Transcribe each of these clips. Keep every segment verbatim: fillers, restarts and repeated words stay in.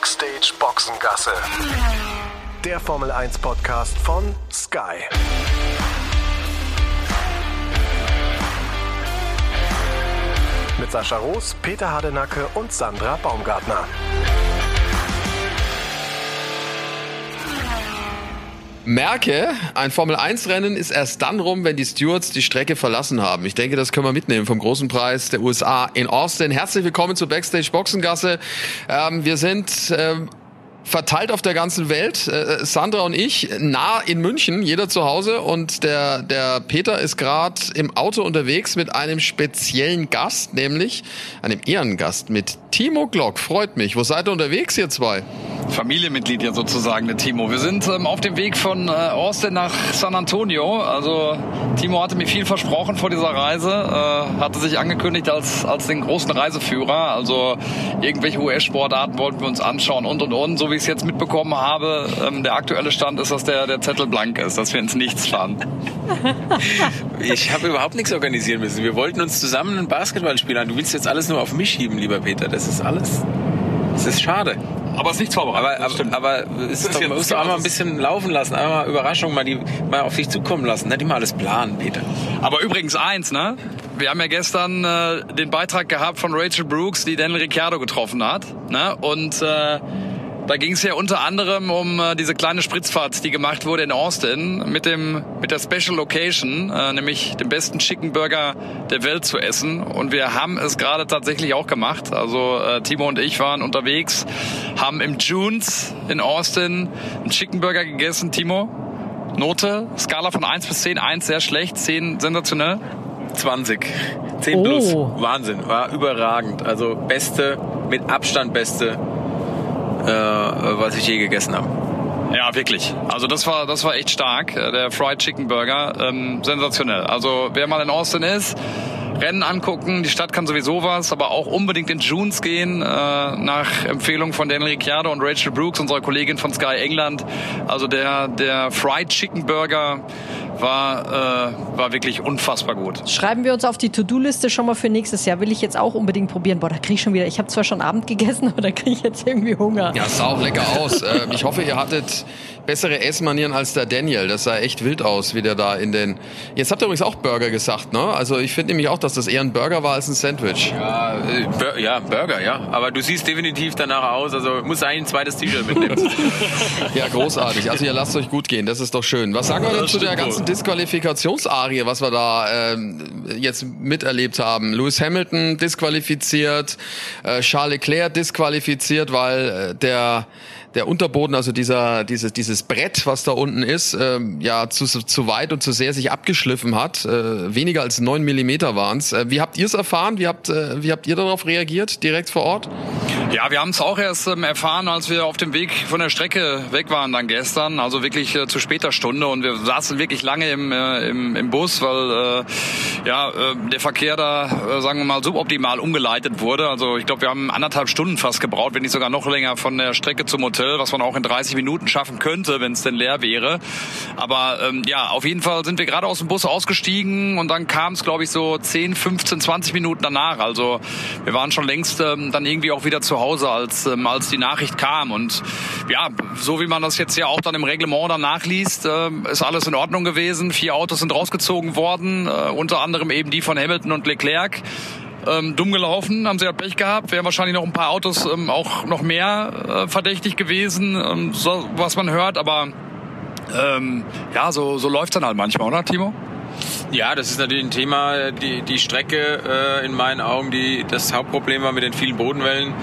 Backstage Boxengasse. Der Formel eins Podcast von Sky. Mit Sascha Roos, Peter Hardenacke und Sandra Baumgartner. Merke, ein Formel eins Rennen ist erst dann rum, wenn die Stewards die Strecke verlassen haben. Ich denke, das können wir mitnehmen vom großen Preis der U S A in Austin. Herzlich willkommen zur Backstage Boxengasse. Ähm, wir sind ähm, verteilt auf der ganzen Welt. Äh, Sandra und ich nah in München, jeder zu Hause. Und der, der Peter ist gerade im Auto unterwegs mit einem speziellen Gast, nämlich einem Ehrengast mit Timo Glock. Freut mich. Wo seid ihr unterwegs, ihr zwei? Familienmitglied ja sozusagen, der Timo. Wir sind ähm, auf dem Weg von äh, Austin nach San Antonio. Also Timo hatte mir viel versprochen vor dieser Reise, äh, hatte sich angekündigt als als den großen Reiseführer. Also irgendwelche U S-Sportarten wollten wir uns anschauen und und und. So wie ich es jetzt mitbekommen habe, ähm, der aktuelle Stand ist, dass der der Zettel blank ist, dass wir ins Nichts fahren. Ich habe überhaupt nichts organisieren müssen. Wir wollten uns zusammen ein Basketballspiel an. Du willst jetzt alles nur auf mich schieben, lieber Peter. Das ist alles. Das ist schade. Aber es ist nichts vorbereitet. Aber, aber, aber es ist doch, man muss doch auch mal ein bisschen laufen lassen, einmal Überraschungen mal, die, mal auf dich zukommen lassen. Nicht immer alles planen, Peter. Aber übrigens eins, ne? Wir haben ja gestern äh, den Beitrag gehabt von Rachel Brooks, die Daniel Ricciardo getroffen hat. Ne? Und äh, da ging es ja unter anderem um äh, diese kleine Spritzfahrt, die gemacht wurde in Austin mit dem mit der Special Location, äh, nämlich den besten Chicken Burger der Welt zu essen. Und wir haben es gerade tatsächlich auch gemacht. Also äh, Timo und ich waren unterwegs, haben im Junes in Austin einen Chicken Burger gegessen. Timo, Note, Skala von eins bis zehn, eins sehr schlecht, zehn sensationell. zwanzig. zehn Oh. plus. Wahnsinn. War überragend. Also beste, mit Abstand beste, äh, was ich je gegessen habe. Ja, wirklich. Also das war das war echt stark. Der Fried Chicken Burger, ähm, sensationell. Also wer mal in Austin ist, Rennen angucken, die Stadt kann sowieso was, aber auch unbedingt in Junes gehen, äh, nach Empfehlung von Daniel Ricciardo und Rachel Brooks, unserer Kollegin von Sky England. Also der der Fried Chicken Burger war äh, war wirklich unfassbar gut. Schreiben wir uns auf die To-Do-Liste schon mal für nächstes Jahr. Will ich jetzt auch unbedingt probieren. Boah, da kriege ich schon wieder, ich habe zwar schon Abend gegessen, aber da kriege ich jetzt irgendwie Hunger. Ja, es sah auch lecker aus. äh, ich hoffe, ihr hattet bessere Essmanieren als der Daniel. Das sah echt wild aus, wie der da in den... Jetzt habt ihr übrigens auch Burger gesagt, ne? Also ich finde nämlich auch, dass das eher ein Burger war als ein Sandwich. Ja, äh, Bur- ja, Burger, ja. Aber du siehst definitiv danach aus, also musst eigentlich ein zweites T-Shirt mitnehmen. Ja, großartig. Also ihr lasst euch gut gehen, das ist doch schön. Was sagen wir denn zu der ganzen Disqualifikationsarie, was wir da ähm, jetzt miterlebt haben? Lewis Hamilton disqualifiziert, äh, Charles Leclerc disqualifiziert, weil äh, der der Unterboden, also dieser dieses dieses Brett, was da unten ist, ähm, ja zu zu weit und zu sehr sich abgeschliffen hat. Äh, weniger als neun Millimeter waren es. Äh, wie habt ihr es erfahren? Wie habt äh, wie habt ihr darauf reagiert direkt vor Ort? Ja, wir haben es auch erst ähm, erfahren, als wir auf dem Weg von der Strecke weg waren dann gestern, also wirklich äh, zu später Stunde, und wir saßen wirklich lange im äh, im, im Bus, weil äh, ja äh, der Verkehr da, äh, sagen wir mal, suboptimal umgeleitet wurde. Also ich glaube, wir haben anderthalb Stunden fast gebraucht, wenn nicht sogar noch länger, von der Strecke zum Hotel, was man auch in dreißig Minuten schaffen könnte, wenn es denn leer wäre. Aber ähm, ja, auf jeden Fall sind wir gerade aus dem Bus ausgestiegen und dann kam es, glaube ich, so zehn, fünfzehn, zwanzig Minuten danach. Also wir waren schon längst ähm, dann irgendwie auch wieder zu Hause, als ähm, als die Nachricht kam. Und ja, so wie man das jetzt ja auch dann im Reglement dann nachliest, äh, ist alles in Ordnung gewesen. Vier Autos sind rausgezogen worden, äh, unter anderem eben die von Hamilton und Leclerc. Ähm, dumm gelaufen, haben sie ja Pech gehabt. Wären wahrscheinlich noch ein paar Autos ähm, auch noch mehr äh, verdächtig gewesen, ähm, so, was man hört. Aber ähm, ja, so, so läuft's dann halt manchmal, oder Timo? Ja, das ist natürlich ein Thema. Die, die Strecke äh, in meinen Augen, die das Hauptproblem war mit den vielen Bodenwellen.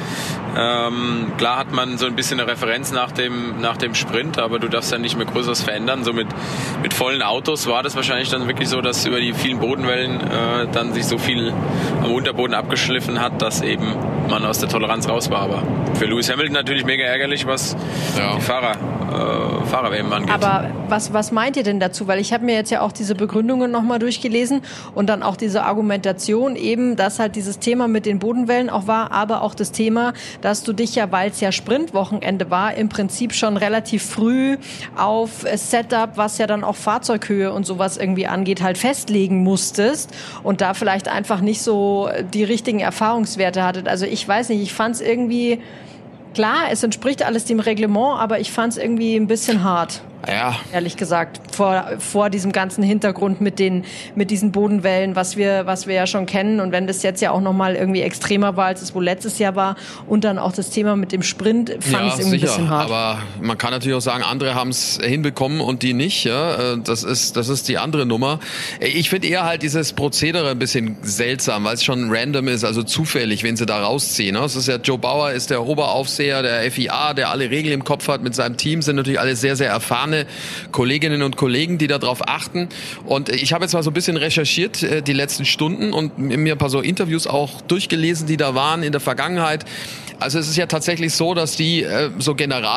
Ähm, klar hat man so ein bisschen eine Referenz nach dem, nach dem Sprint, aber du darfst ja nicht mehr Größeres verändern. So mit, mit vollen Autos war das wahrscheinlich dann wirklich so, dass über die vielen Bodenwellen äh, dann sich so viel am Unterboden abgeschliffen hat, dass eben man aus der Toleranz raus war. Aber für Lewis Hamilton natürlich mega ärgerlich, was ja. die Fahrer, äh, Fahrer eben angeht. Aber was, was meint ihr denn dazu? Weil ich habe mir jetzt ja auch diese Begründungen nochmal durchgelesen und dann auch diese Argumentation eben, dass halt dieses Thema mit den Bodenwellen auch war, aber auch das Thema, dass du dich ja, weil es ja Sprintwochenende war, im Prinzip schon relativ früh auf Setup, was ja dann auch Fahrzeughöhe und sowas irgendwie angeht, halt festlegen musstest und da vielleicht einfach nicht so die richtigen Erfahrungswerte hattet. Also ich weiß nicht, ich fand es irgendwie Klar, es entspricht alles dem Reglement, aber ich fand es irgendwie ein bisschen hart. Ja. Ehrlich gesagt, vor, vor diesem ganzen Hintergrund mit den, mit diesen Bodenwellen, was wir, was wir ja schon kennen. Und wenn das jetzt ja auch nochmal irgendwie extremer war, als es wohl letztes Jahr war, und dann auch das Thema mit dem Sprint, fand ja, ich es irgendwie sicher, ein bisschen hart. Aber man kann natürlich auch sagen, andere haben es hinbekommen und die nicht. Ja? Das ist, das ist die andere Nummer. Ich finde eher halt dieses Prozedere ein bisschen seltsam, weil es schon random ist, also zufällig, wenn sie da rausziehen. Es ist ja, Joe Bauer ist der Oberaufseher der F I A, der alle Regeln im Kopf hat mit seinem Team, sind natürlich alle sehr, sehr erfahrene Kolleginnen und Kollegen, die darauf achten. Und ich habe jetzt mal so ein bisschen recherchiert äh, die letzten Stunden und mir ein paar so Interviews auch durchgelesen, die da waren in der Vergangenheit. Also es ist ja tatsächlich so, dass die äh, so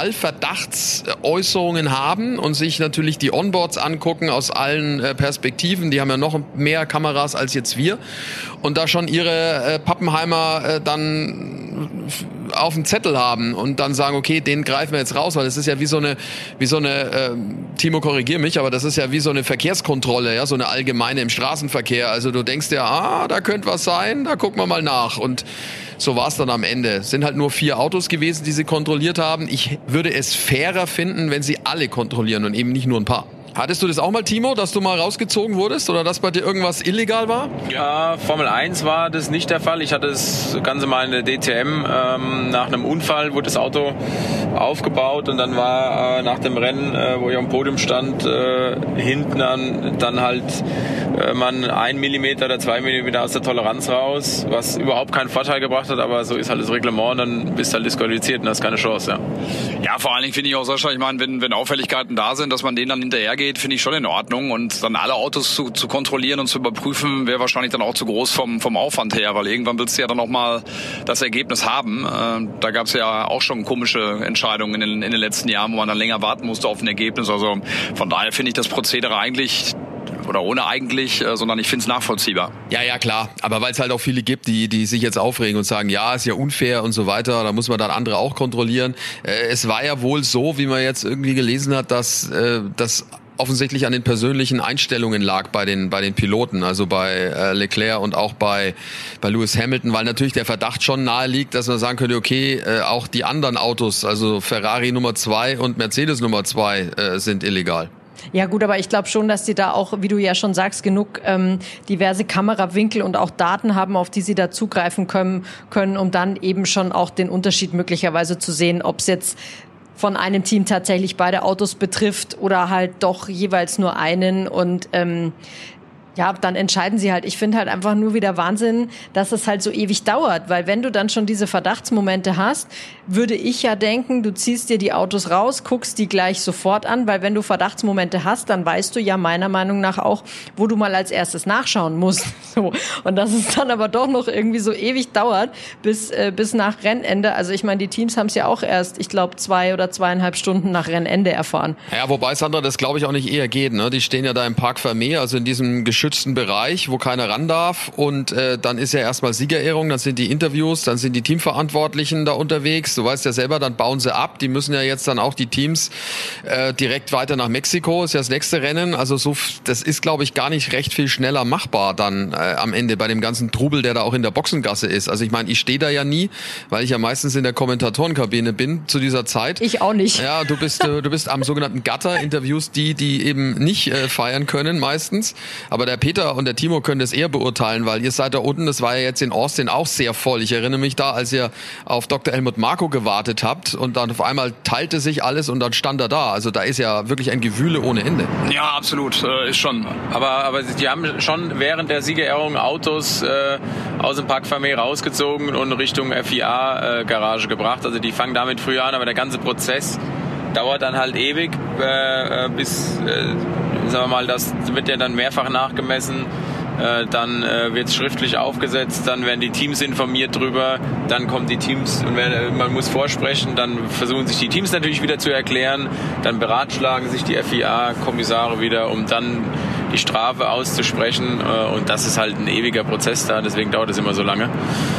Generalverdachtsäußerungen haben und sich natürlich die Onboards angucken aus allen äh, Perspektiven. Die haben ja noch mehr Kameras als jetzt wir und da schon ihre äh, Pappenheimer äh, dann auf dem Zettel haben und dann sagen, okay, den greifen wir jetzt raus, weil das ist ja wie so eine, wie so eine, äh, Timo, korrigier mich, aber das ist ja wie so eine Verkehrskontrolle, ja, so eine allgemeine im Straßenverkehr. Also du denkst ja, ah, da könnte was sein, da gucken wir mal nach. Und so war es dann am Ende. Es sind halt nur vier Autos gewesen, die sie kontrolliert haben. Ich würde es fairer finden, wenn sie alle kontrollieren und eben nicht nur ein paar. Hattest du das auch mal, Timo, dass du mal rausgezogen wurdest oder dass bei dir irgendwas illegal war? Ja, Formel eins war das nicht der Fall. Ich hatte das Ganze mal in der D T M. Ähm, nach einem Unfall wurde das Auto aufgebaut und dann war äh, nach dem Rennen, äh, wo ich am Podium stand, äh, hinten dann, dann halt äh, man ein Millimeter oder zwei Millimeter aus der Toleranz raus, was überhaupt keinen Vorteil gebracht hat, aber so ist halt das Reglement und dann bist du halt disqualifiziert und hast keine Chance. Ja, ja, vor allen Dingen finde ich auch, Sascha, ich meine, wenn, wenn Auffälligkeiten da sind, dass man denen dann hinterher geht, finde ich schon in Ordnung. Und dann alle Autos zu, zu kontrollieren und zu überprüfen, wäre wahrscheinlich dann auch zu groß vom, vom Aufwand her, weil irgendwann willst du ja dann auch mal das Ergebnis haben. Äh, da gab es ja auch schon komische Entscheidungen in den, in den letzten Jahren, wo man dann länger warten musste auf ein Ergebnis. Also von daher finde ich das Prozedere eigentlich, oder ohne eigentlich, äh, sondern ich finde es nachvollziehbar. Ja, ja, klar. Aber weil es halt auch viele gibt, die die sich jetzt aufregen und sagen, ja, ist ja unfair und so weiter, da muss man dann andere auch kontrollieren. Äh, es war ja wohl so, wie man jetzt irgendwie gelesen hat, dass äh, das offensichtlich an den persönlichen Einstellungen lag bei den bei den Piloten, also bei äh, Leclerc und auch bei bei Lewis Hamilton, weil natürlich der Verdacht schon nahe liegt, dass man sagen könnte, okay, äh, auch die anderen Autos, also Ferrari Nummer zwei und Mercedes Nummer zwei äh, sind illegal. Ja gut, aber ich glaube schon, dass die da auch, wie du ja schon sagst, genug ähm, diverse Kamerawinkel und auch Daten haben, auf die sie da zugreifen können, können, um dann eben schon auch den Unterschied möglicherweise zu sehen, ob es jetzt von einem Team tatsächlich beide Autos betrifft oder halt doch jeweils nur einen. Und ähm, ja, dann entscheiden sie halt. Ich finde halt einfach nur wieder Wahnsinn, dass es halt so ewig dauert, weil wenn du dann schon diese Verdachtsmomente hast, würde ich ja denken, du ziehst dir die Autos raus, guckst die gleich sofort an, weil wenn du Verdachtsmomente hast, dann weißt du ja meiner Meinung nach auch, wo du mal als erstes nachschauen musst. So. Und dass es dann aber doch noch irgendwie so ewig dauert, bis äh, bis nach Rennende. Also ich meine, die Teams haben es ja auch erst, ich glaube, zwei oder zweieinhalb Stunden nach Rennende erfahren. Ja, wobei, Sandra, das glaube ich auch nicht eher geht. Ne? Die stehen ja da im Parc Fermé, also in diesem geschützten Bereich, wo keiner ran darf. Und äh, dann ist ja erstmal Siegerehrung, dann sind die Interviews, dann sind die Teamverantwortlichen da unterwegs. Du weißt ja selber, dann bauen sie ab. Die müssen ja jetzt dann auch die Teams äh, direkt weiter nach Mexiko, ist ja das nächste Rennen. Also so, das ist, glaube ich, gar nicht recht viel schneller machbar dann äh, am Ende bei dem ganzen Trubel, der da auch in der Boxengasse ist. Also ich meine, ich stehe da ja nie, weil ich ja meistens in der Kommentatorenkabine bin zu dieser Zeit. Ich auch nicht. Ja, du bist du bist am sogenannten Gutter, interviewst die, die eben nicht äh, feiern können meistens. Aber der Peter und der Timo können das eher beurteilen, weil ihr seid da unten, das war ja jetzt in Austin auch sehr voll. Ich erinnere mich da, als ihr auf Doktor Helmut Marko gewartet habt und dann auf einmal teilte sich alles und dann stand er da. Also da ist ja wirklich ein Gewühle ohne Ende. Ja, absolut, äh, ist schon. Aber, aber die haben schon während der Siegerehrung Autos äh, aus dem Parc Fermé rausgezogen und Richtung F I A-Garage äh, gebracht. Also die fangen damit früher an, aber der ganze Prozess dauert dann halt ewig, äh, bis, äh, sagen wir mal, das wird ja dann mehrfach nachgemessen. Äh, dann äh, wird es schriftlich aufgesetzt, dann werden die Teams informiert drüber, dann kommen die Teams und wenn, man muss vorsprechen, dann versuchen sich die Teams natürlich wieder zu erklären, dann beratschlagen sich die F I A-Kommissare wieder, um dann die Strafe auszusprechen äh, und das ist halt ein ewiger Prozess da, deswegen dauert es immer so lange.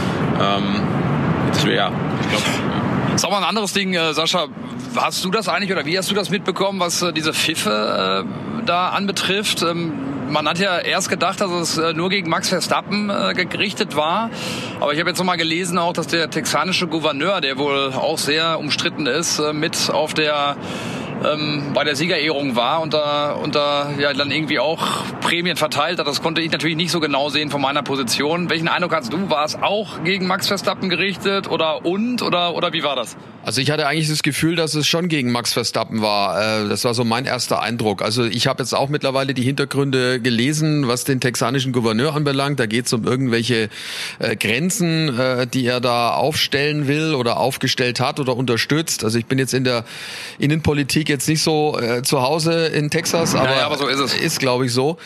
Ähm, das wär, ja, ich glaube... Sag mal ein anderes Ding, äh, Sascha, hast du das eigentlich oder wie hast du das mitbekommen, was äh, diese Pfiffe äh, da anbetrifft? Ähm, man hat ja erst gedacht, dass es äh, nur gegen Max Verstappen äh, gerichtet war. Aber ich habe jetzt noch mal gelesen auch, dass der texanische Gouverneur, der wohl auch sehr umstritten ist, äh, mit auf der ähm, bei der Siegerehrung war und da, und da ja dann irgendwie auch Prämien verteilt hat. Das konnte ich natürlich nicht so genau sehen von meiner Position. Welchen Eindruck hast du? War es auch gegen Max Verstappen gerichtet oder und oder oder wie war das? Also ich hatte eigentlich das Gefühl, dass es schon gegen Max Verstappen war. Das war so mein erster Eindruck. Also ich habe jetzt auch mittlerweile die Hintergründe gelesen, was den texanischen Gouverneur anbelangt. Da geht es um irgendwelche äh, Grenzen, äh, die er da aufstellen will oder aufgestellt hat oder unterstützt. Also ich bin jetzt in der Innenpolitik jetzt nicht so äh, zu Hause in Texas, aber, naja, aber so ist es. Ist, glaube ich, so.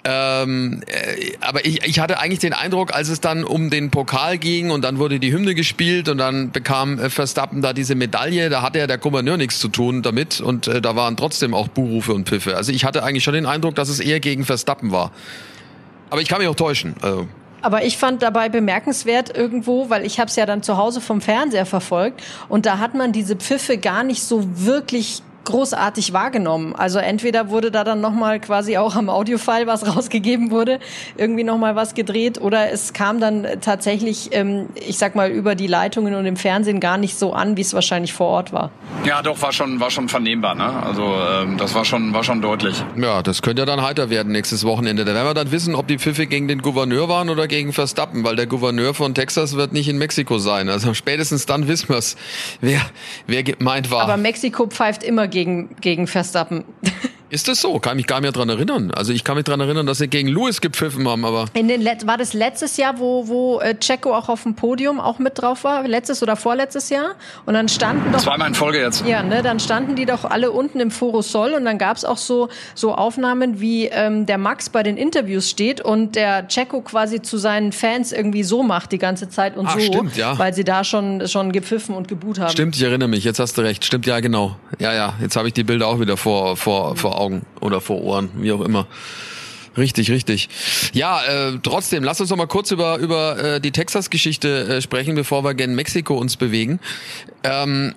Ähm, äh, aber ich, ich hatte eigentlich den Eindruck, als es dann um den Pokal ging und dann wurde die Hymne gespielt und dann bekam äh, Verstappen da diese Medaille, da hatte ja der Gouverneur nichts zu tun damit und äh, da waren trotzdem auch Buhrufe und Pfiffe. Also ich hatte eigentlich schon den Eindruck, dass es eher gegen Verstappen war. Aber ich kann mich auch täuschen. Also. Aber ich fand dabei bemerkenswert irgendwo, weil ich habe es ja dann zu Hause vom Fernseher verfolgt und da hat man diese Pfiffe gar nicht so wirklich großartig wahrgenommen. Also entweder wurde da dann nochmal quasi auch am Audiofile, was rausgegeben wurde, irgendwie nochmal was gedreht oder es kam dann tatsächlich, ähm, ich sag mal, über die Leitungen und im Fernsehen gar nicht so an, wie es wahrscheinlich vor Ort war. Ja, doch, war schon, war schon vernehmbar, ne? Also ähm, das war schon, war schon deutlich. Ja, das könnte ja dann heiter werden nächstes Wochenende. Da werden wir dann wissen, ob die Pfiffe gegen den Gouverneur waren oder gegen Verstappen, weil der Gouverneur von Texas wird nicht in Mexiko sein. Also spätestens dann wissen wir es, wer, wer gemeint war. Aber Mexiko pfeift immer gegen, gegen Verstappen. Ist das so? Kann mich gar nicht mehr dran erinnern. Also ich kann mich dran erinnern, dass sie gegen Lewis gepfiffen haben, aber... In den Let- war das letztes Jahr, wo, wo äh, Checo auch auf dem Podium auch mit drauf war? Letztes oder vorletztes Jahr? Und dann standen doch... Zweimal in Folge jetzt. Ja, ne, dann standen die doch alle unten im Foro Sol und dann gab's auch so, so Aufnahmen, wie ähm, der Max bei den Interviews steht und der Checo quasi zu seinen Fans irgendwie so macht die ganze Zeit und Ach, so, stimmt, ja. weil sie da schon, schon gepfiffen und gebuht haben. Stimmt, ich erinnere mich, jetzt hast du recht. Stimmt, ja, genau. Ja, ja, jetzt habe ich die Bilder auch wieder vor, vor, vor Augen oder vor Ohren, wie auch immer. Richtig, richtig. Ja, äh, trotzdem, lass uns noch mal kurz über über äh, die Texas-Geschichte äh, sprechen, bevor wir gen Mexiko uns bewegen. Ähm,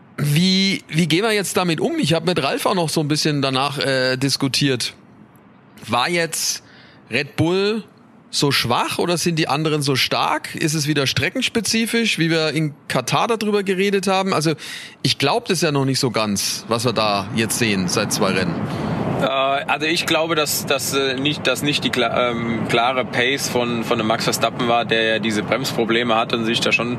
wie wie gehen wir jetzt damit um? Ich habe mit Ralf auch noch so ein bisschen danach äh, diskutiert. War jetzt Red Bull so schwach oder sind die anderen so stark? Ist es wieder streckenspezifisch, wie wir in Katar darüber geredet haben? Also ich glaube das ja noch nicht so ganz, was wir da jetzt sehen seit zwei Rennen. Also ich glaube, dass das nicht, dass nicht die ähm, klare Pace von von dem Max Verstappen war, der ja diese Bremsprobleme hat und sich da schon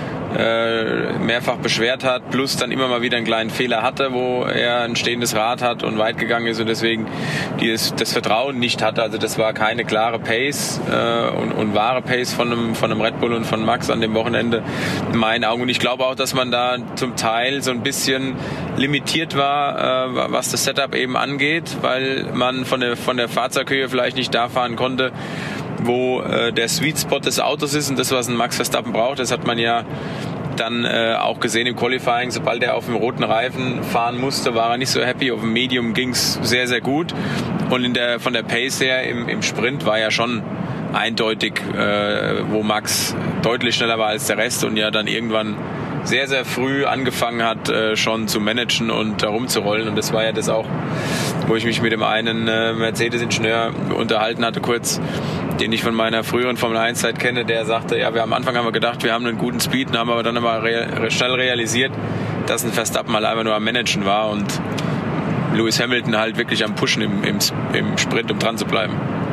äh, mehrfach beschwert hat, plus dann immer mal wieder einen kleinen Fehler hatte, wo er ein stehendes Rad hat und weit gegangen ist und deswegen dieses, das Vertrauen nicht hatte. Also das war keine klare Pace äh, und, und wahre Pace von einem, von einem Red Bull und von Max an dem Wochenende in meinen Augen. Und ich glaube auch, dass man da zum Teil so ein bisschen limitiert war, äh, was das Setup eben angeht, weil man von der, von der Fahrzeughöhe vielleicht nicht da fahren konnte, wo äh, der Sweet Spot des Autos ist und das, was ein Max Verstappen braucht. Das hat man ja dann äh, auch gesehen im Qualifying. Sobald er auf dem roten Reifen fahren musste, war er nicht so happy. Auf dem Medium ging es sehr, sehr gut. Und in der, von der Pace her im, im Sprint war ja schon eindeutig, äh, wo Max deutlich schneller war als der Rest und ja dann irgendwann sehr, sehr früh angefangen hat, äh, schon zu managen und herumzurollen. Und das war ja das auch, wo ich mich mit dem einen äh, Mercedes-Ingenieur unterhalten hatte, kurz, den ich von meiner früheren Formel eins Zeit kenne, der sagte, ja, wir am Anfang haben wir gedacht, wir haben einen guten Speed, und haben aber dann aber re- schnell realisiert, dass ein Verstappen halt einfach nur am Managen war und Lewis Hamilton halt wirklich am Pushen im, im, im Sprint, um dran zu bleiben.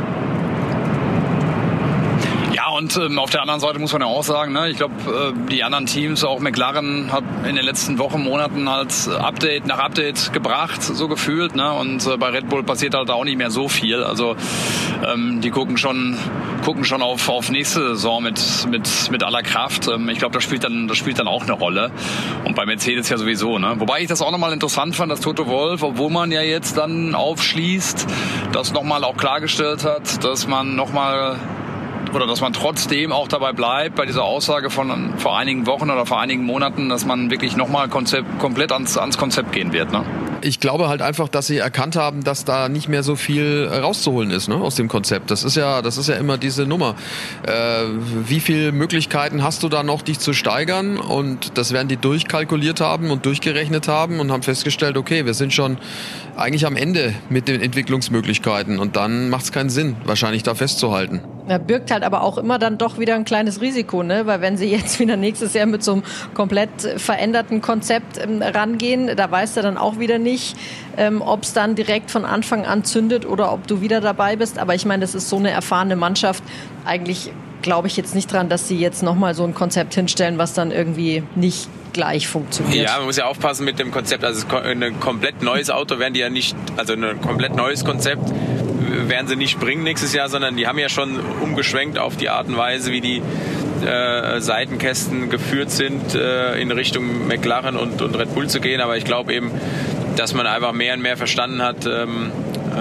Und ähm, auf der anderen Seite muss man ja auch sagen, ne, ich glaube, äh, die anderen Teams, auch McLaren, hat in den letzten Wochen, Monaten halt Update nach Update gebracht, so gefühlt. Ne? Und äh, bei Red Bull passiert halt auch nicht mehr so viel. Also ähm, die gucken schon gucken schon auf, auf nächste Saison mit, mit, mit aller Kraft. Ähm, ich glaube, das spielt dann das spielt dann auch eine Rolle. Und bei Mercedes ja sowieso. Ne? Wobei ich das auch nochmal interessant fand, dass Toto Wolff, obwohl man ja jetzt dann aufschließt, das nochmal auch klargestellt hat, dass man nochmal oder dass man trotzdem auch dabei bleibt, bei dieser Aussage von vor einigen Wochen oder vor einigen Monaten, dass man wirklich nochmal Konzept, komplett ans, ans Konzept gehen wird. Ne? ich glaube halt einfach, dass sie erkannt haben, dass da nicht mehr so viel rauszuholen ist, ne, aus dem Konzept. Das ist ja, das ist ja immer diese Nummer. Äh, wie viele Möglichkeiten hast du da noch, dich zu steigern? Und das werden die durchkalkuliert haben und durchgerechnet haben und haben festgestellt, okay, wir sind schon eigentlich am Ende mit den Entwicklungsmöglichkeiten und dann macht es keinen Sinn, wahrscheinlich da festzuhalten. Ja, birgt halt aber auch immer dann doch wieder ein kleines Risiko, ne? Weil wenn sie jetzt wieder nächstes Jahr mit so einem komplett veränderten Konzept ähm, rangehen, da weißt du dann auch wieder nicht, ähm, ob es dann direkt von Anfang an zündet oder ob du wieder dabei bist. Aber ich meine, das ist so eine erfahrene Mannschaft. Eigentlich glaube ich jetzt nicht dran, dass sie jetzt nochmal so ein Konzept hinstellen, was dann irgendwie nicht gleich funktioniert. Ja, man muss ja aufpassen mit dem Konzept. Also ein komplett neues Auto werden die ja nicht, also ein komplett neues Konzept werden sie nicht bringen nächstes Jahr, sondern die haben ja schon umgeschwenkt auf die Art und Weise, wie die äh, Seitenkästen geführt sind, äh, in Richtung McLaren und, und Red Bull zu gehen. Aber ich glaube eben, dass man einfach mehr und mehr verstanden hat, ähm,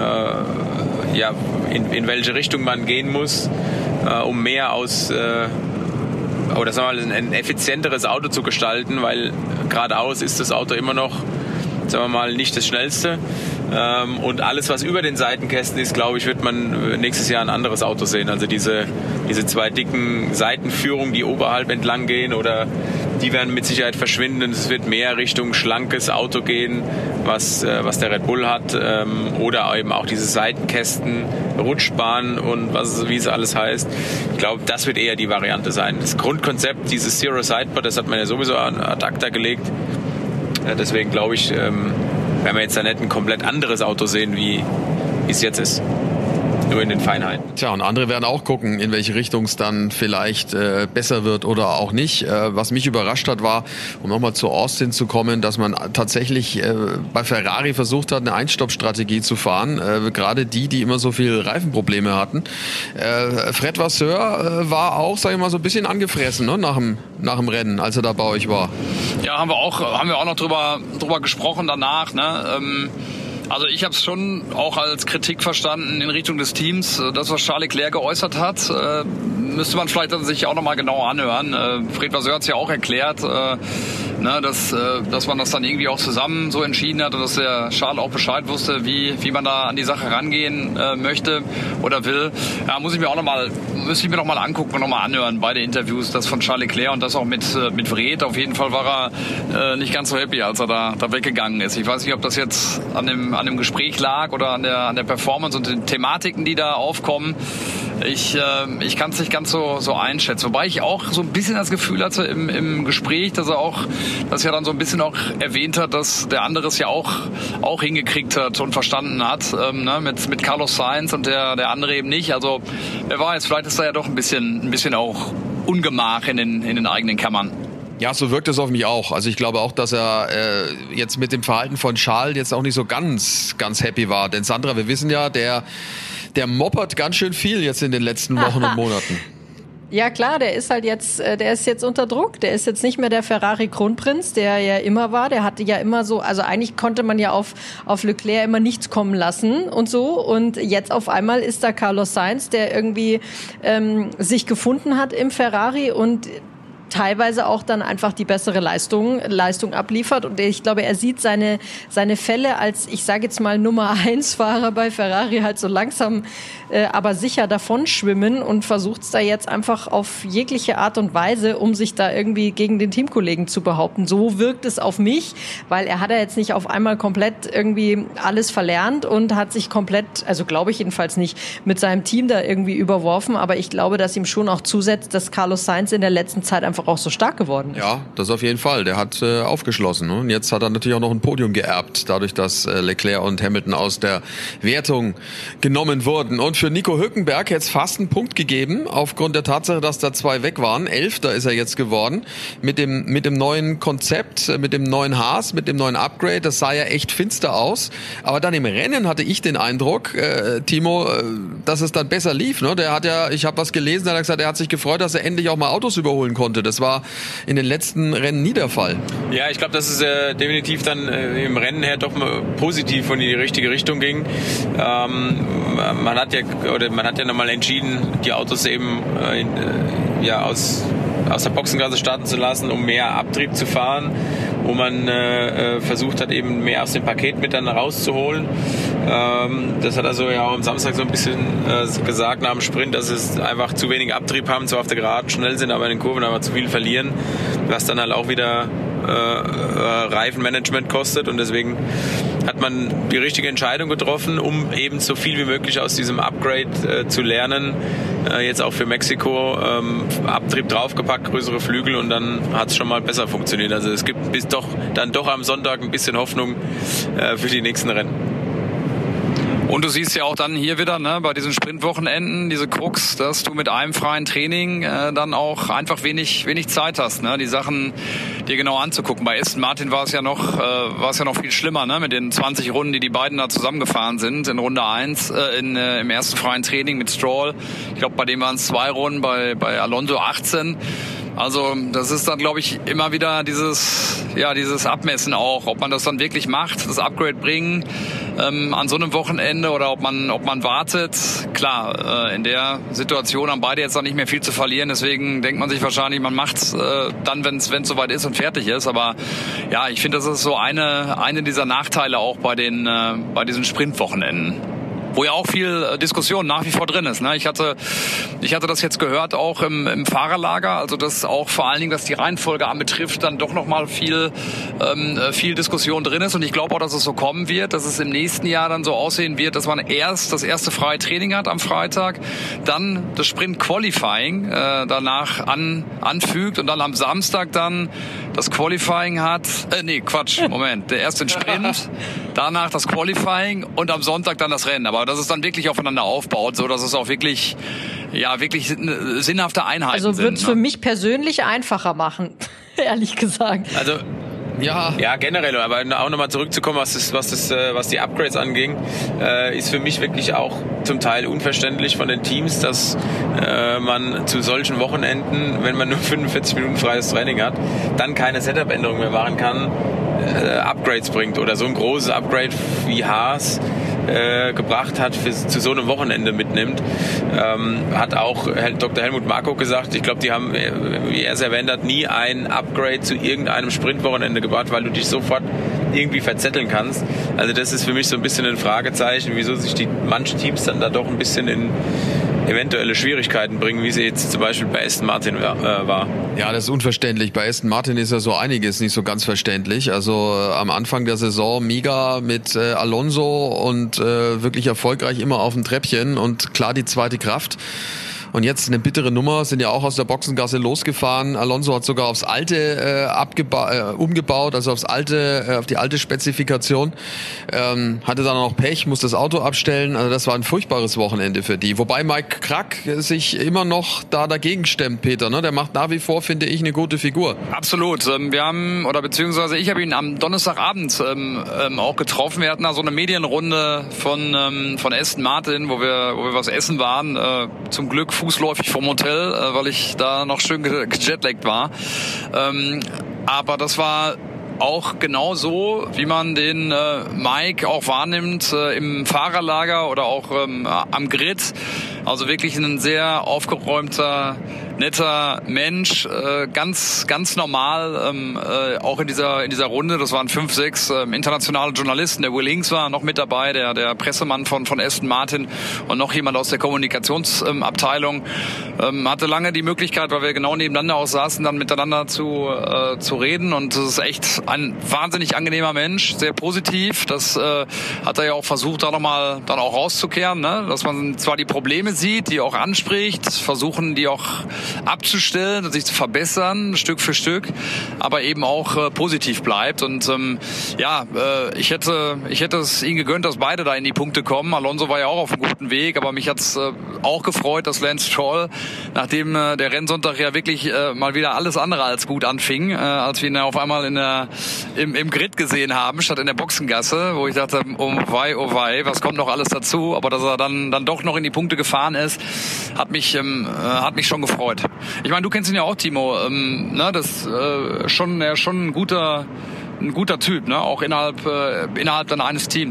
äh, ja, in, in welche Richtung man gehen muss, äh, um mehr aus äh, oder sagen wir mal, ein effizienteres Auto zu gestalten, weil geradeaus ist das Auto immer noch, sagen wir mal, nicht das schnellste. Und alles, was über den Seitenkästen ist, glaube ich, wird man nächstes Jahr ein anderes Auto sehen. Also diese, diese zwei dicken Seitenführungen, die oberhalb entlang gehen, oder die werden mit Sicherheit verschwinden. Es wird mehr Richtung schlankes Auto gehen, was, was der Red Bull hat. Oder eben auch diese Seitenkästen, Rutschbahn und was, wie es alles heißt. Ich glaube, das wird eher die Variante sein. Das Grundkonzept, dieses Zero Sidepod, das hat man ja sowieso ad acta gelegt. Deswegen glaube ich, werden wir jetzt da nicht ein komplett anderes Auto sehen, wie es jetzt ist. Nur in den Feinheiten. Tja, und andere werden auch gucken, in welche Richtung es dann vielleicht äh, besser wird oder auch nicht. Äh, was mich überrascht hat, war, um nochmal zu Austin zu kommen, dass man tatsächlich äh, bei Ferrari versucht hat, eine Einstoppstrategie zu fahren. Äh, gerade die, die immer so viel Reifenprobleme hatten. Äh, Fred Vasseur äh, war auch, sag ich mal, so ein bisschen angefressen, ne, nach dem, nach dem Rennen, als er da bei euch war. Ja, haben wir auch, haben wir auch noch drüber, drüber gesprochen danach, ne? Ähm Also ich habe es schon auch als Kritik verstanden in Richtung des Teams. Das, was Charles Leclerc geäußert hat, äh, müsste man vielleicht sich auch nochmal genauer anhören. Äh, Fred Vasseur hat es ja auch erklärt, äh, ne, dass, äh, dass man das dann irgendwie auch zusammen so entschieden hat und dass der Charles auch Bescheid wusste, wie, wie man da an die Sache rangehen äh, möchte oder will. Ja, muss ich mir auch nochmal, müsste ich mir nochmal angucken und nochmal anhören, beide Interviews, das von Charles Leclerc und das auch mit, äh, mit Fred. Auf jeden Fall war er äh, nicht ganz so happy, als er da, da weggegangen ist. Ich weiß nicht, ob das jetzt an dem an dem Gespräch lag oder an der an der Performance und den Thematiken, die da aufkommen. Ich, äh, ich kann es nicht ganz so, so einschätzen. Wobei ich auch so ein bisschen das Gefühl hatte im, im Gespräch, dass er auch, dass er dann so ein bisschen auch erwähnt hat, dass der andere es ja auch, auch hingekriegt hat und verstanden hat, ähm, ne, mit, mit Carlos Sainz und der, der andere eben nicht. Also, wer weiß, vielleicht ist da ja doch ein bisschen, ein bisschen auch Ungemach in den, in den eigenen Kammern. Ja, so wirkt es auf mich auch. Also ich glaube auch, dass er äh, jetzt mit dem Verhalten von Charles jetzt auch nicht so ganz, ganz happy war. Denn Sandra, wir wissen ja, der, der moppert ganz schön viel jetzt in den letzten Wochen und Monaten. Ja klar, der ist halt jetzt, der ist jetzt unter Druck. Der ist jetzt nicht mehr der Ferrari-Kronprinz, der ja immer war. Der hatte ja immer so, also eigentlich konnte man ja auf auf Leclerc immer nichts kommen lassen und so. Und jetzt auf einmal ist da Carlos Sainz, der irgendwie ähm, sich gefunden hat im Ferrari und teilweise auch dann einfach die bessere Leistung, Leistung abliefert. Und ich glaube, er sieht seine, seine Fälle als, ich sage jetzt mal, Nummer eins Fahrer bei Ferrari halt so langsam, äh, aber sicher davon schwimmen und versucht es da jetzt einfach auf jegliche Art und Weise, um sich da irgendwie gegen den Teamkollegen zu behaupten. So wirkt es auf mich, weil er hat ja jetzt nicht auf einmal komplett irgendwie alles verlernt und hat sich komplett, also glaube ich jedenfalls nicht, mit seinem Team da irgendwie überworfen. Aber ich glaube, dass ihm schon auch zusetzt, dass Carlos Sainz in der letzten Zeit einfach auch so stark geworden ist. Ja, das auf jeden Fall. Der hat äh, aufgeschlossen. Ne? Und jetzt hat er natürlich auch noch ein Podium geerbt, dadurch, dass äh, Leclerc und Hamilton aus der Wertung genommen wurden. Und für Nico Hülkenberg hätte es fast einen Punkt gegeben, aufgrund der Tatsache, dass da zwei weg waren. Elfter ist er jetzt geworden. Mit dem, mit dem neuen Konzept, mit dem neuen Haas, mit dem neuen Upgrade. Das sah ja echt finster aus. Aber dann im Rennen hatte ich den Eindruck, äh, Timo, äh, dass es dann besser lief. Ne? Der hat ja, ich habe was gelesen, da hat er gesagt, er hat sich gefreut, dass er endlich auch mal Autos überholen konnte. Das war in den letzten Rennen nie der Fall. Ja, ich glaube, dass es äh, definitiv dann äh, im Rennen her doch mal positiv und in die richtige Richtung ging. Ähm, man hat ja oder man hat ja nochmal entschieden, die Autos eben äh, in, äh, ja aus aus der Boxengasse starten zu lassen, um mehr Abtrieb zu fahren, wo man äh, versucht hat, eben mehr aus dem Paket mit dann rauszuholen. Ähm, das hat also ja auch am Samstag so ein bisschen äh, gesagt nach dem Sprint, dass es einfach zu wenig Abtrieb haben, zwar auf der Geraden schnell sind, aber in den Kurven aber zu viel verlieren, was dann halt auch wieder äh, äh, Reifenmanagement kostet, und deswegen hat man die richtige Entscheidung getroffen, um eben so viel wie möglich aus diesem Upgrade äh, zu lernen. Äh, jetzt auch für Mexiko ähm, Abtrieb draufgepackt, größere Flügel, und dann hat es schon mal besser funktioniert. Also es gibt bis doch dann doch am Sonntag ein bisschen Hoffnung äh, für die nächsten Rennen. Und du siehst ja auch dann hier wieder, ne, bei diesen Sprintwochenenden, diese Krux, dass du mit einem freien Training äh, dann auch einfach wenig wenig Zeit hast, ne, die Sachen dir genau anzugucken. Bei Aston Martin war es ja noch äh, war es ja noch viel schlimmer, ne, mit den zwanzig Runden, die die beiden da zusammengefahren sind in Runde eins, äh, in, äh, im ersten freien Training mit Stroll. Ich glaube, bei dem waren es zwei Runden, bei bei Alonso achtzehn. Also das ist dann, glaube ich, immer wieder dieses, ja, dieses Abmessen auch, ob man das dann wirklich macht, das Upgrade bringen ähm, an so einem Wochenende, oder ob man, ob man wartet. Klar, äh, in der Situation haben beide jetzt noch nicht mehr viel zu verlieren, deswegen denkt man sich wahrscheinlich, man macht's äh, dann, wenn es soweit ist und fertig ist. Aber ja, ich finde, das ist so eine, eine dieser Nachteile auch bei den, äh, bei diesen Sprintwochenenden, wo ja auch viel Diskussion nach wie vor drin ist. Ne? Ich hatte, ich hatte das jetzt gehört auch im, im Fahrerlager, also dass auch vor allen Dingen, was die Reihenfolge anbetrifft, dann doch noch mal viel, ähm, viel Diskussion drin ist. Und ich glaube auch, dass es so kommen wird, dass es im nächsten Jahr dann so aussehen wird, dass man erst das erste freie Training hat am Freitag, dann das Sprint Qualifying äh, danach an, anfügt und dann am Samstag dann das Qualifying hat. Äh, nee, Quatsch, Moment. Der erste Sprint, danach das Qualifying und am Sonntag dann das Rennen. Aber dass es dann wirklich aufeinander aufbaut, so dass es auch wirklich, ja, wirklich sinnhafte Einheiten sind. Also wird es ne? für mich persönlich einfacher machen, ehrlich gesagt. Also Ja. Ja, generell, aber auch nochmal zurückzukommen, was das, was das, was die Upgrades anging, äh, ist für mich wirklich auch zum Teil unverständlich von den Teams, dass äh, man zu solchen Wochenenden, wenn man nur fünfundvierzig Minuten freies Training hat, dann keine Setup-Änderung mehr machen kann, äh, Upgrades bringt oder so ein großes Upgrade wie Haas äh, gebracht hat, für, zu so einem Wochenende mitnimmt. Ähm, hat auch Doktor Helmut Marko gesagt, ich glaube, die haben, wie er es erwähnt hat, nie ein Upgrade zu irgendeinem Sprintwochenende gebracht, weil du dich sofort irgendwie verzetteln kannst. Also das ist für mich so ein bisschen ein Fragezeichen, wieso sich die manche Teams dann da doch ein bisschen in eventuelle Schwierigkeiten bringen, wie sie jetzt zum Beispiel bei Aston Martin äh, war. Ja, das ist unverständlich. Bei Aston Martin ist ja so einiges nicht so ganz verständlich. Also äh, am Anfang der Saison mega mit äh, Alonso und äh, wirklich erfolgreich immer auf dem Treppchen und klar die zweite Kraft. Und jetzt eine bittere Nummer, sind ja auch aus der Boxengasse losgefahren. Alonso hat sogar aufs alte äh, abgeba- äh, umgebaut, also aufs alte, äh, auf die alte Spezifikation. Ähm, hatte dann auch Pech, muss das Auto abstellen. Also das war ein furchtbares Wochenende für die. Wobei Mike Krack sich immer noch da dagegen stemmt, Peter. Ne? Der macht nach wie vor, finde ich, eine gute Figur. Absolut. Wir haben, oder beziehungsweise ich habe ihn am Donnerstagabend ähm, ähm, auch getroffen. Wir hatten da so eine Medienrunde von ähm, von Aston Martin, wo wir wo wir was essen waren. Äh, zum Glück fußläufig vom Hotel, äh, weil ich da noch schön gejetlaggt war. Ähm, aber das war auch genau so, wie man den äh, Mike auch wahrnimmt äh, im Fahrerlager oder auch ähm, am Grid. Also wirklich ein sehr aufgeräumter, netter Mensch, äh, ganz ganz normal, ähm, äh, auch in dieser in dieser Runde. Das waren fünf, sechs äh, internationale Journalisten. Der Will Links war noch mit dabei, der der Pressemann von von Aston Martin und noch jemand aus der Kommunikationsabteilung. Ähm, hatte lange die Möglichkeit, weil wir genau nebeneinander auch saßen, dann miteinander zu äh, zu reden. Und das ist echt ein wahnsinnig angenehmer Mensch, sehr positiv. Das äh, hat er ja auch versucht, da nochmal dann auch rauszukehren, ne? Dass man zwar die Probleme sieht, die auch anspricht, versuchen die auch abzustellen und sich zu verbessern, Stück für Stück, aber eben auch äh, positiv bleibt. Und ähm, ja, äh, ich hätte ich hätte es ihnen gegönnt, dass beide da in die Punkte kommen. Alonso war ja auch auf einem guten Weg, aber mich hat's äh, auch gefreut, dass Lance Stroll, nachdem äh, der Rennsonntag ja wirklich äh, mal wieder alles andere als gut anfing, äh, als wir ihn auf einmal in der, im, im Grid gesehen haben, statt in der Boxengasse, wo ich dachte, oh wei, oh wei, was kommt noch alles dazu? Aber dass er dann dann doch noch in die Punkte gefahren ist, hat mich ähm, hat mich schon gefreut. Ich meine, du kennst ihn ja auch, Timo. Ähm, ne, das äh, schon er schon ein guter ein guter Typ, ne, auch innerhalb äh, innerhalb dann eines Teams.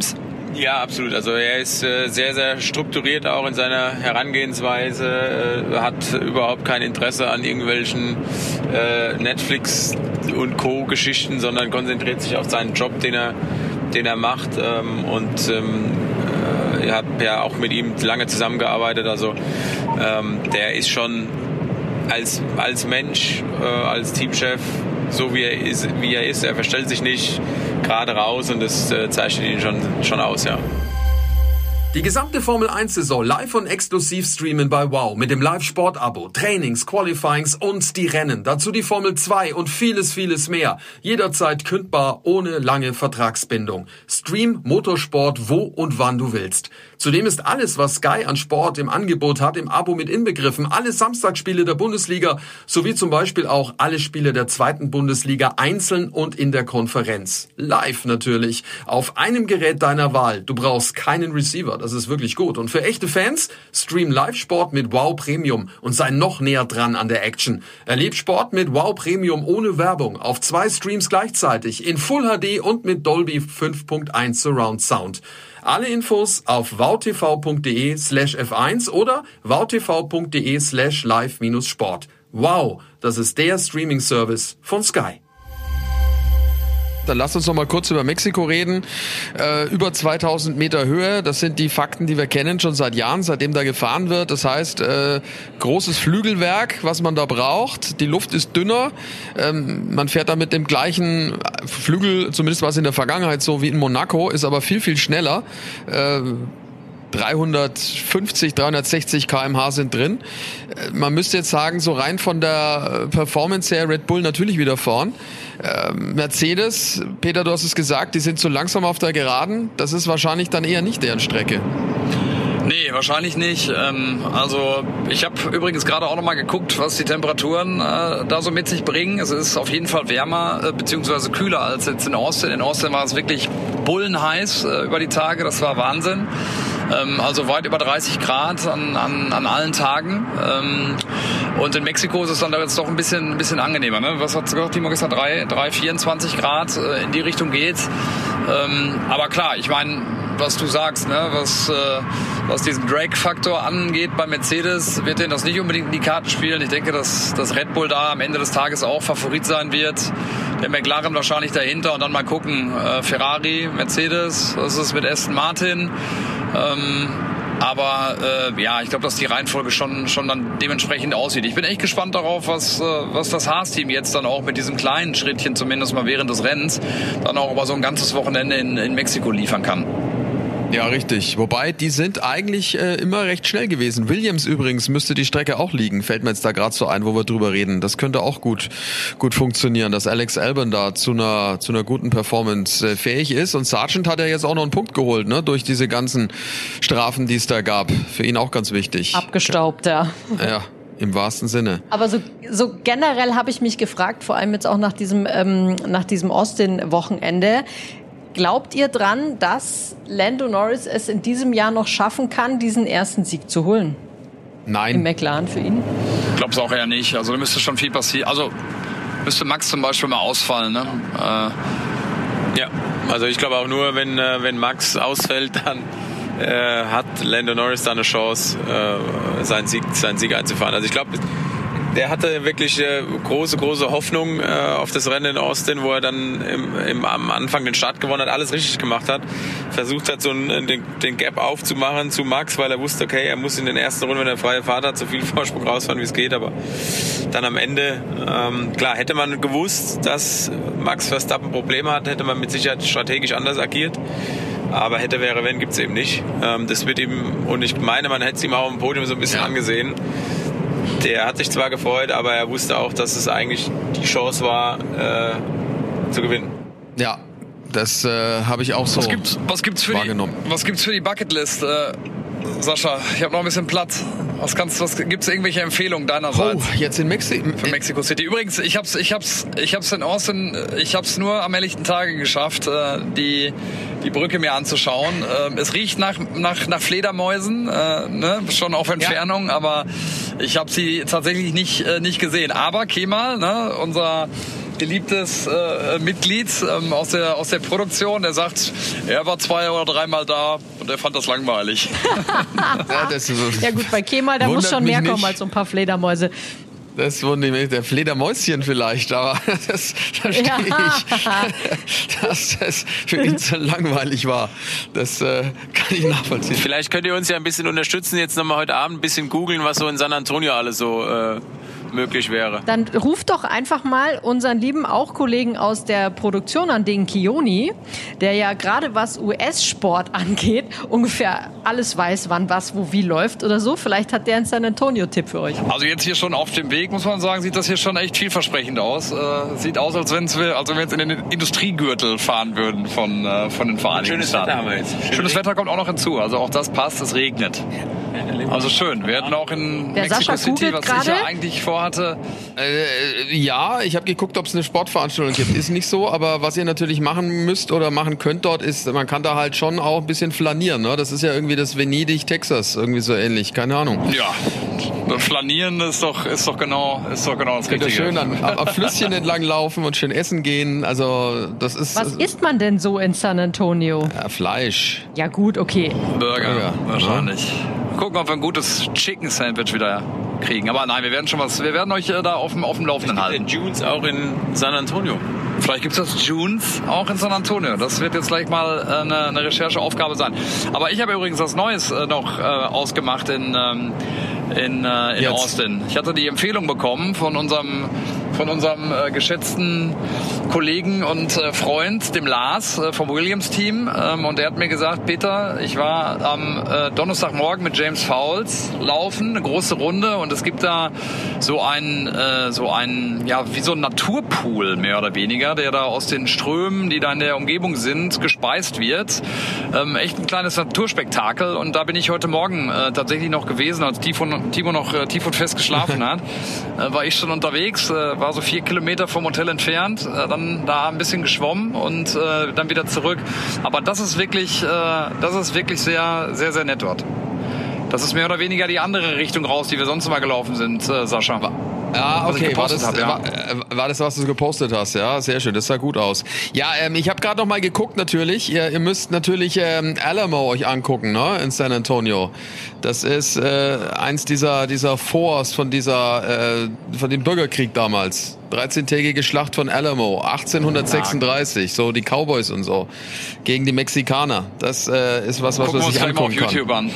Ja, absolut. Also er ist äh, sehr, sehr strukturiert auch in seiner Herangehensweise, äh, hat überhaupt kein Interesse an irgendwelchen äh, Netflix und Co-Geschichten, sondern konzentriert sich auf seinen Job, den er, den er macht. Ähm, und ähm, äh, ich habe ja auch mit ihm lange zusammengearbeitet. Also ähm, der ist schon als, als Mensch, äh, als Teamchef, so wie er ist, wie er ist. Er verstellt sich nicht gerade raus und das äh, zeichnet ihn schon, schon aus, ja. Die gesamte Formel eins Saison live und exklusiv streamen bei Wow mit dem Live-Sport-Abo, Trainings, Qualifyings und die Rennen. Dazu die Formel zwei und vieles, vieles mehr. Jederzeit kündbar, ohne lange Vertragsbindung. Stream Motorsport wo und wann du willst. Zudem ist alles, was Sky an Sport im Angebot hat, im Abo mit inbegriffen. Alle Samstagsspiele der Bundesliga sowie zum Beispiel auch alle Spiele der zweiten Bundesliga einzeln und in der Konferenz. Live natürlich, auf einem Gerät deiner Wahl. Du brauchst keinen Receiver, das ist wirklich gut. Und für echte Fans, stream Live-Sport mit Wow Premium und sei noch näher dran an der Action. Erleb Sport mit Wow Premium ohne Werbung, auf zwei Streams gleichzeitig, in Full H D und mit Dolby fünf Punkt eins Surround Sound. Alle Infos auf wowtv.de slash F eins oder wowtv.de slash live-sport. Wow, das ist der Streaming-Service von Sky. Dann lasst uns noch mal kurz über Mexiko reden. Äh, über zweitausend Meter Höhe, das sind die Fakten, die wir kennen schon seit Jahren, seitdem da gefahren wird. Das heißt, äh, großes Flügelwerk, was man da braucht. Die Luft ist dünner. Ähm, man fährt da mit dem gleichen Flügel, zumindest war es in der Vergangenheit so wie in Monaco, ist aber viel, viel schneller. Äh, dreihundertfünfzig, dreihundertsechzig Kilometer pro Stunde sind drin. Man müsste jetzt sagen, so rein von der Performance her, Red Bull natürlich wieder vorn. Ähm, Mercedes, Peter, du hast es gesagt, die sind zu langsam auf der Geraden. Das ist wahrscheinlich dann eher nicht deren Strecke. Nee, wahrscheinlich nicht. Ähm, also ich habe übrigens gerade auch noch mal geguckt, was die Temperaturen äh, da so mit sich bringen. Es ist auf jeden Fall wärmer äh, bzw. kühler als jetzt in Austin. In Austin war es wirklich bullenheiß äh, über die Tage. Das war Wahnsinn. Ähm, also weit über dreißig Grad an, an, an allen Tagen. Ähm, und in Mexiko ist es dann da jetzt doch ein bisschen, ein bisschen angenehmer. Ne? Was hat Timo gesagt? drei, drei, vierundzwanzig Grad äh, in die Richtung geht's. Ähm, aber klar, ich meine, was du sagst, ne? was, äh, was diesen Drag-Faktor angeht bei Mercedes, wird denen das nicht unbedingt in die Karten spielen. Ich denke, dass, dass Red Bull da am Ende des Tages auch Favorit sein wird. Der McLaren wahrscheinlich dahinter und dann mal gucken. Äh, Ferrari, Mercedes, was ist mit Aston Martin? Ähm, aber äh, ja, ich glaube, dass die Reihenfolge schon schon dann dementsprechend aussieht. Ich bin echt gespannt darauf, was äh, was das Haas-Team jetzt dann auch mit diesem kleinen Schrittchen zumindest mal während des Rennens dann auch über so ein ganzes Wochenende in, in Mexiko liefern kann. Ja, richtig. Wobei, die sind eigentlich äh, immer recht schnell gewesen. Williams übrigens müsste die Strecke auch liegen. Fällt mir jetzt da gerade so ein, wo wir drüber reden. Das könnte auch gut gut funktionieren, dass Alex Albon da zu einer zu einer guten Performance äh, fähig ist. Und Sargent hat ja jetzt auch noch einen Punkt geholt, ne, durch diese ganzen Strafen, die es da gab. Für ihn auch ganz wichtig. Abgestaubt, ja. Ja. Im wahrsten Sinne. Aber so, so generell habe ich mich gefragt, vor allem jetzt auch nach diesem, ähm, nach diesem Austin-Wochenende, glaubt ihr dran, dass Lando Norris es in diesem Jahr noch schaffen kann, diesen ersten Sieg zu holen? Nein. Im McLaren für ihn? Ich glaube es auch eher nicht. Also da müsste schon viel passieren. Also müsste Max zum Beispiel mal ausfallen. Ne? Äh. Ja, also ich glaube auch nur, wenn, äh, wenn Max ausfällt, dann äh, hat Lando Norris da eine Chance, äh, seinen Sieg, seinen Sieg einzufahren. Also ich glaube, der hatte wirklich äh, große, große Hoffnung äh, auf das Rennen in Austin, wo er dann im, im, am Anfang den Start gewonnen hat, alles richtig gemacht hat, versucht hat, so einen, den, den Gap aufzumachen zu Max, weil er wusste, okay, er muss in den ersten Runden, wenn er freie Fahrt hat, so viel Vorsprung rausfahren, wie es geht, aber dann am Ende, ähm, klar, hätte man gewusst, dass Max Verstappen Probleme hat, hätte man mit Sicherheit strategisch anders agiert. Aber hätte, wäre, wenn, gibt's eben nicht. Ähm, das wird ihm, und ich meine, man hätte es ihm auch im Podium so ein bisschen ja. angesehen. Der hat sich zwar gefreut, aber er wusste auch, dass es eigentlich die Chance war, äh, zu gewinnen. Ja, das äh, habe ich auch so was gibt's, was gibt's für wahrgenommen. Die, was gibt's für die Bucketlist? Äh, Sascha, ich habe noch ein bisschen Platz. Was kannst, was gibt's irgendwelche Empfehlungen deinerseits? Oh, jetzt in Mexiko. Für Mexico City. Übrigens, ich hab's, ich hab's, ich hab's in Austin, ich hab's nur am helllichten Tage geschafft, äh, die die Brücke mir anzuschauen. Ähm, es riecht nach nach nach Fledermäusen, äh, ne? Schon auf Entfernung, ja. Aber ich habe sie tatsächlich nicht äh, nicht gesehen. Aber Kemal, ne, unser geliebtes äh, Mitglied ähm, aus der aus der Produktion, der sagt, er war zwei oder dreimal da und er fand das langweilig. ja, das ist so, ja gut, bei Kemal, da muss schon mehr kommen nicht. als so ein paar Fledermäuse. Das wundert mich, der Fledermäuschen vielleicht, aber das verstehe ja. ich, dass das für ihn zu langweilig war. Das äh, kann ich nachvollziehen. Vielleicht könnt ihr uns ja ein bisschen unterstützen, jetzt nochmal heute Abend ein bisschen googeln, was so in San Antonio alles so äh, möglich wäre. Dann ruft doch einfach mal unseren lieben auch Kollegen aus der Produktion an, den Kioni, der ja gerade was U S-Sport angeht, ungefähr alles weiß, wann was wo wie läuft oder so. Vielleicht hat der einen San Antonio-Tipp für euch. Also jetzt hier schon auf dem Weg, muss man sagen, sieht das hier schon echt vielversprechend aus. Äh, sieht aus, als wenn wir, als wenn wir jetzt in den Industriegürtel fahren würden von, äh, von den Vereinigten Staaten. Schönes Wetter haben wir jetzt. Schön Schönes Wetter kommt auch noch hinzu. Also auch das passt, es regnet. Also schön. Wir hatten auch in der Mexico Sascha City, was grade? ich ja eigentlich vorhatte. Äh, ja, ich habe geguckt, ob es eine Sportveranstaltung gibt. Ist nicht so, aber was ihr natürlich machen müsst oder machen könnt dort, ist, man kann da halt schon auch ein bisschen flanieren. Ne? Das ist ja irgendwie das Venedig, Texas, irgendwie so ähnlich. Keine Ahnung. Ja, flanieren ist doch, ist doch genau, ist doch genau das Könnt Richtige. Schön an, am Flüsschen entlang laufen und schön essen gehen. Also das ist. Was isst man denn so in San Antonio? Ja, Fleisch. Ja gut, okay. Burger, Burger. wahrscheinlich. Ja. Gucken, ob wir ein gutes Chicken Sandwich wieder kriegen. Aber nein, wir werden schon was. Wir werden euch äh, da auf dem, auf dem Laufenden halten. Junes auch in San Antonio. Vielleicht gibt es das Junes auch in San Antonio. Das wird jetzt gleich mal äh, eine, eine Rechercheaufgabe sein. Aber ich habe übrigens was Neues äh, noch äh, ausgemacht in, ähm, in, äh, in Austin. Ich hatte die Empfehlung bekommen von unserem, von unserem äh, geschätzten Kollegen und äh, Freund, dem Lars äh, vom Williams-Team. Ähm, und der hat mir gesagt, Peter, ich war am äh, Donnerstagmorgen mit James Fowles laufen, eine große Runde. Und es gibt da so einen, äh, so einen, ja, wie so ein Naturpool mehr oder weniger, der da aus den Strömen, die da in der Umgebung sind, gespeist wird. Ähm, echt ein kleines Naturspektakel. Und da bin ich heute Morgen äh, tatsächlich noch gewesen, als Timo, Timo noch äh, tief und fest geschlafen hat. Äh, war ich schon unterwegs, äh, war so vier Kilometer vom Hotel entfernt, äh, dann da ein bisschen geschwommen und äh, dann wieder zurück. Aber das ist wirklich, äh, das ist wirklich sehr, sehr, sehr nett dort. Das ist mehr oder weniger die andere Richtung raus, die wir sonst immer gelaufen sind, äh, Sascha. Ah, okay, war das, hab, ja. war, war das, was du gepostet hast? Ja, sehr schön, das sah gut aus. Ja, ähm, ich habe gerade noch mal geguckt natürlich. Ihr, ihr müsst natürlich ähm, Alamo euch angucken, ne, in San Antonio. Das ist äh, eins dieser dieser Forts von dieser äh, von dem Bürgerkrieg damals. dreizehntägige Schlacht von Alamo, achtzehnhundertsechsunddreißig, so die Cowboys und so gegen die Mexikaner. Das äh, ist was, was man sich angucken kann. Gucken wir uns auf YouTube an.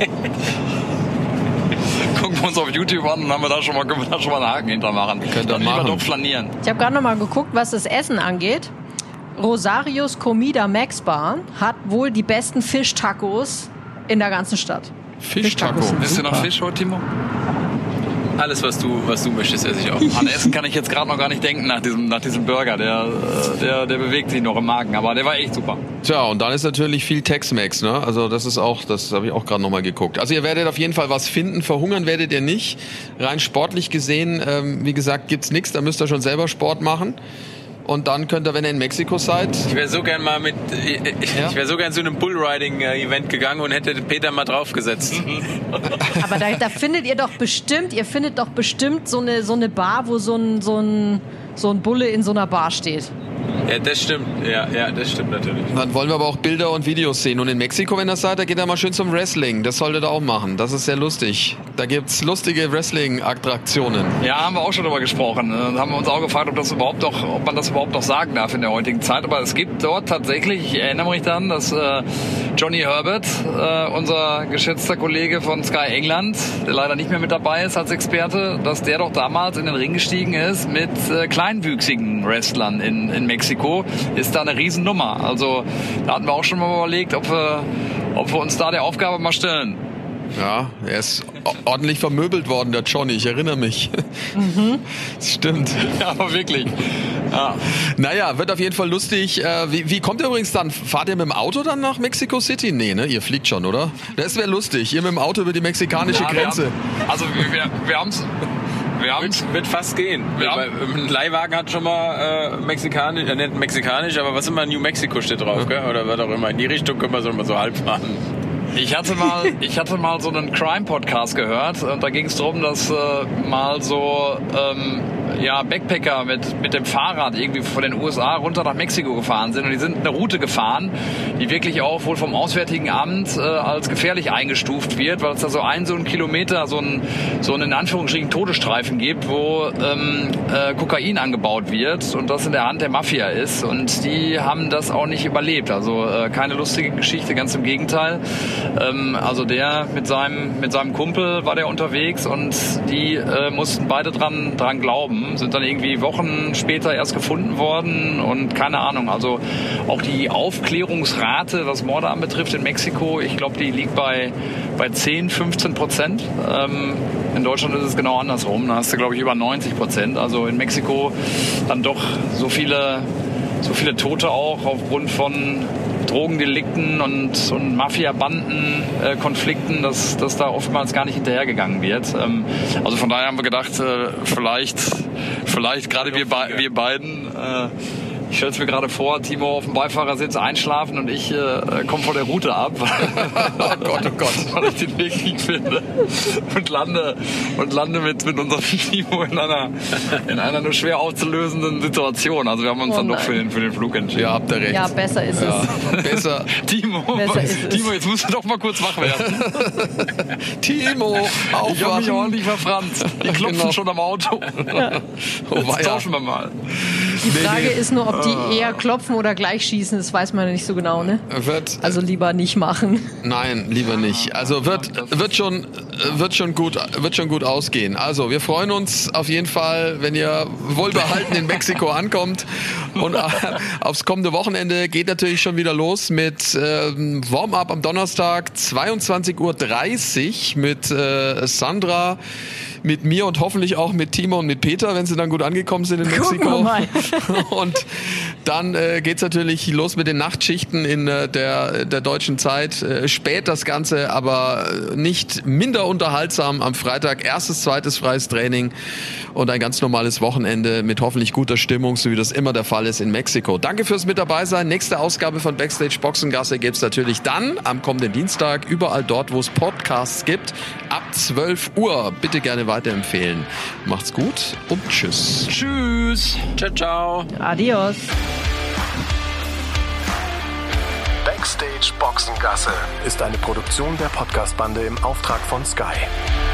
Gucken wir uns auf YouTube an und haben wir da schon mal, können wir da schon mal einen Haken hintermachen. Könnt ihr machen. Doch flanieren. Ich habe gerade noch mal geguckt, was das Essen angeht. Rosarios Comida Max Bar hat wohl die besten Fischtacos in der ganzen Stadt. Fischtaco. Isst du noch Fisch heute, Timo? Alles, was du, was du möchtest, esse ich auch. An Essen kann ich jetzt gerade noch gar nicht denken nach diesem, nach diesem Burger. Der, der, der bewegt sich noch im Magen, aber der war echt super. Tja, und dann ist natürlich viel Tex-Mex, ne? Also das ist auch, das habe ich auch gerade noch mal geguckt. Also ihr werdet auf jeden Fall was finden. Verhungern werdet ihr nicht. Rein sportlich gesehen, ähm, wie gesagt, gibt's nichts. Da müsst ihr schon selber Sport machen. Und dann könnt ihr, wenn ihr in Mexiko seid... Ich wäre so gern mal mit... Ich, ja? ich wäre so gern zu einem Bullriding-Event gegangen und hätte Peter mal draufgesetzt. Aber da, da findet ihr doch bestimmt, ihr findet doch bestimmt so eine, so eine Bar, wo so ein, so ein, so ein Bulle in so einer Bar steht. Ja, das stimmt. Ja, ja, das stimmt natürlich. Dann wollen wir aber auch Bilder und Videos sehen. Und in Mexiko, wenn ihr seid, da geht ihr mal schön zum Wrestling. Das solltet ihr auch machen. Das ist sehr lustig. Da gibt's lustige Wrestling-Attraktionen. Ja, haben wir auch schon darüber gesprochen. Da haben wir uns auch gefragt, ob das überhaupt noch, ob man das überhaupt noch sagen darf in der heutigen Zeit. Aber es gibt dort tatsächlich, ich erinnere mich dann, dass äh, Johnny Herbert, äh, unser geschätzter Kollege von Sky England, der leider nicht mehr mit dabei ist als Experte, dass der doch damals in den Ring gestiegen ist mit äh, kleinwüchsigen Wrestlern in, in Mexiko. Ist da eine Riesennummer. Also da hatten wir auch schon mal überlegt, ob wir, ob wir uns da der Aufgabe mal stellen. Ja, er ist ordentlich vermöbelt worden, der Johnny, ich erinnere mich. Mhm. Das stimmt. Ja, aber wirklich. Ja. Naja, wird auf jeden Fall lustig. Wie, wie kommt ihr übrigens dann? Fahrt ihr mit dem Auto dann nach Mexico City? Nee, ne? Ihr fliegt schon, oder? Das wäre lustig. Ihr mit dem Auto über die mexikanische ja, Grenze. Wir haben, also wir, wir, wir haben es... Wir wird, wird fast gehen. Wir haben, ein Leihwagen hat schon mal äh, mexikanisch, äh, nicht mexikanisch, aber was immer New Mexico steht drauf, gell? Oder was auch immer. In die Richtung können wir so, so halb fahren. Ich hatte mal, ich hatte mal so einen Crime-Podcast gehört und da ging es darum, dass äh, mal so ähm, ja, Backpacker mit, mit dem Fahrrad irgendwie von den U S A runter nach Mexiko gefahren sind und die sind eine Route gefahren, die wirklich auch wohl vom Auswärtigen Amt äh, als gefährlich eingestuft wird, weil es da so einen so einen Kilometer so einen, so einen in Anführungsstrichen Todesstreifen gibt, wo ähm, äh, Kokain angebaut wird und das in der Hand der Mafia ist und die haben das auch nicht überlebt, also äh, keine lustige Geschichte, ganz im Gegenteil. Ähm, also der mit seinem, mit seinem Kumpel war der unterwegs und die äh, mussten beide dran, dran glauben, sind dann irgendwie Wochen später erst gefunden worden und keine Ahnung, also auch die Aufklärungsrate, was Morde anbetrifft in Mexiko, ich glaube, die liegt bei, bei zehn, fünfzehn Prozent. Ähm, in Deutschland ist es genau andersrum, da hast du, glaube ich, über neunzig Prozent. Also in Mexiko dann doch so viele, so viele Tote auch aufgrund von Drogendelikten und, und Mafia-Banden-Konflikten, äh, dass, dass da oftmals gar nicht hinterhergegangen wird. Ähm, also von daher haben wir gedacht, äh, vielleicht, vielleicht gerade wir, be- wir beiden, äh, ich stelle es mir gerade vor, Timo auf dem Beifahrersitz einschlafen und ich äh, komme von der Route ab. Oh Gott, oh Gott. Weil ich den Weg nicht finde. Und lande, und lande mit, mit unserem Timo in einer, in einer nur schwer aufzulösenden Situation. Also wir haben uns Oh dann nein. doch für den, für den Flug entschieden. Ja, habt ihr recht. Ja, besser ist Ja, es. besser. Timo, Besser ist es. Timo, jetzt musst du doch mal kurz wach werden. Timo, Ich habe mich aufwachen. ordentlich verfranst. Die klopfen Genau. schon am Auto. Oh, Jetzt weia. tauschen wir mal. Die Frage nee. ist nur, ob die eher klopfen oder gleich schießen, das weiß man ja nicht so genau, ne? Wird, Also lieber nicht machen. Nein, lieber nicht. Also wird, wird schon, wird schon gut, wird schon gut ausgehen. Also wir freuen uns auf jeden Fall, wenn ihr wohlbehalten in Mexiko ankommt. Und äh, aufs kommende Wochenende geht natürlich schon wieder los mit ähm, Warm-up am Donnerstag, zweiundzwanzig Uhr dreißig mit äh, Sandra, mit mir und hoffentlich auch mit Timo und mit Peter, wenn sie dann gut angekommen sind in Gucken Mexiko. wir mal. Und dann äh, geht's natürlich los mit den Nachtschichten in äh, der, der deutschen Zeit. Äh, spät das Ganze, aber nicht minder unterhaltsam am Freitag. Erstes, zweites freies Training und ein ganz normales Wochenende mit hoffentlich guter Stimmung, so wie das immer der Fall ist in Mexiko. Danke fürs mit dabei sein. Nächste Ausgabe von Backstage Boxengasse gibt's natürlich dann am kommenden Dienstag überall dort, wo es Podcasts gibt, ab zwölf Uhr. Bitte gerne weiterempfehlen. Macht's gut und tschüss. Tschüss. Ciao, ciao. Adios. Backstage Boxengasse ist eine Produktion der Podcastbande im Auftrag von Sky.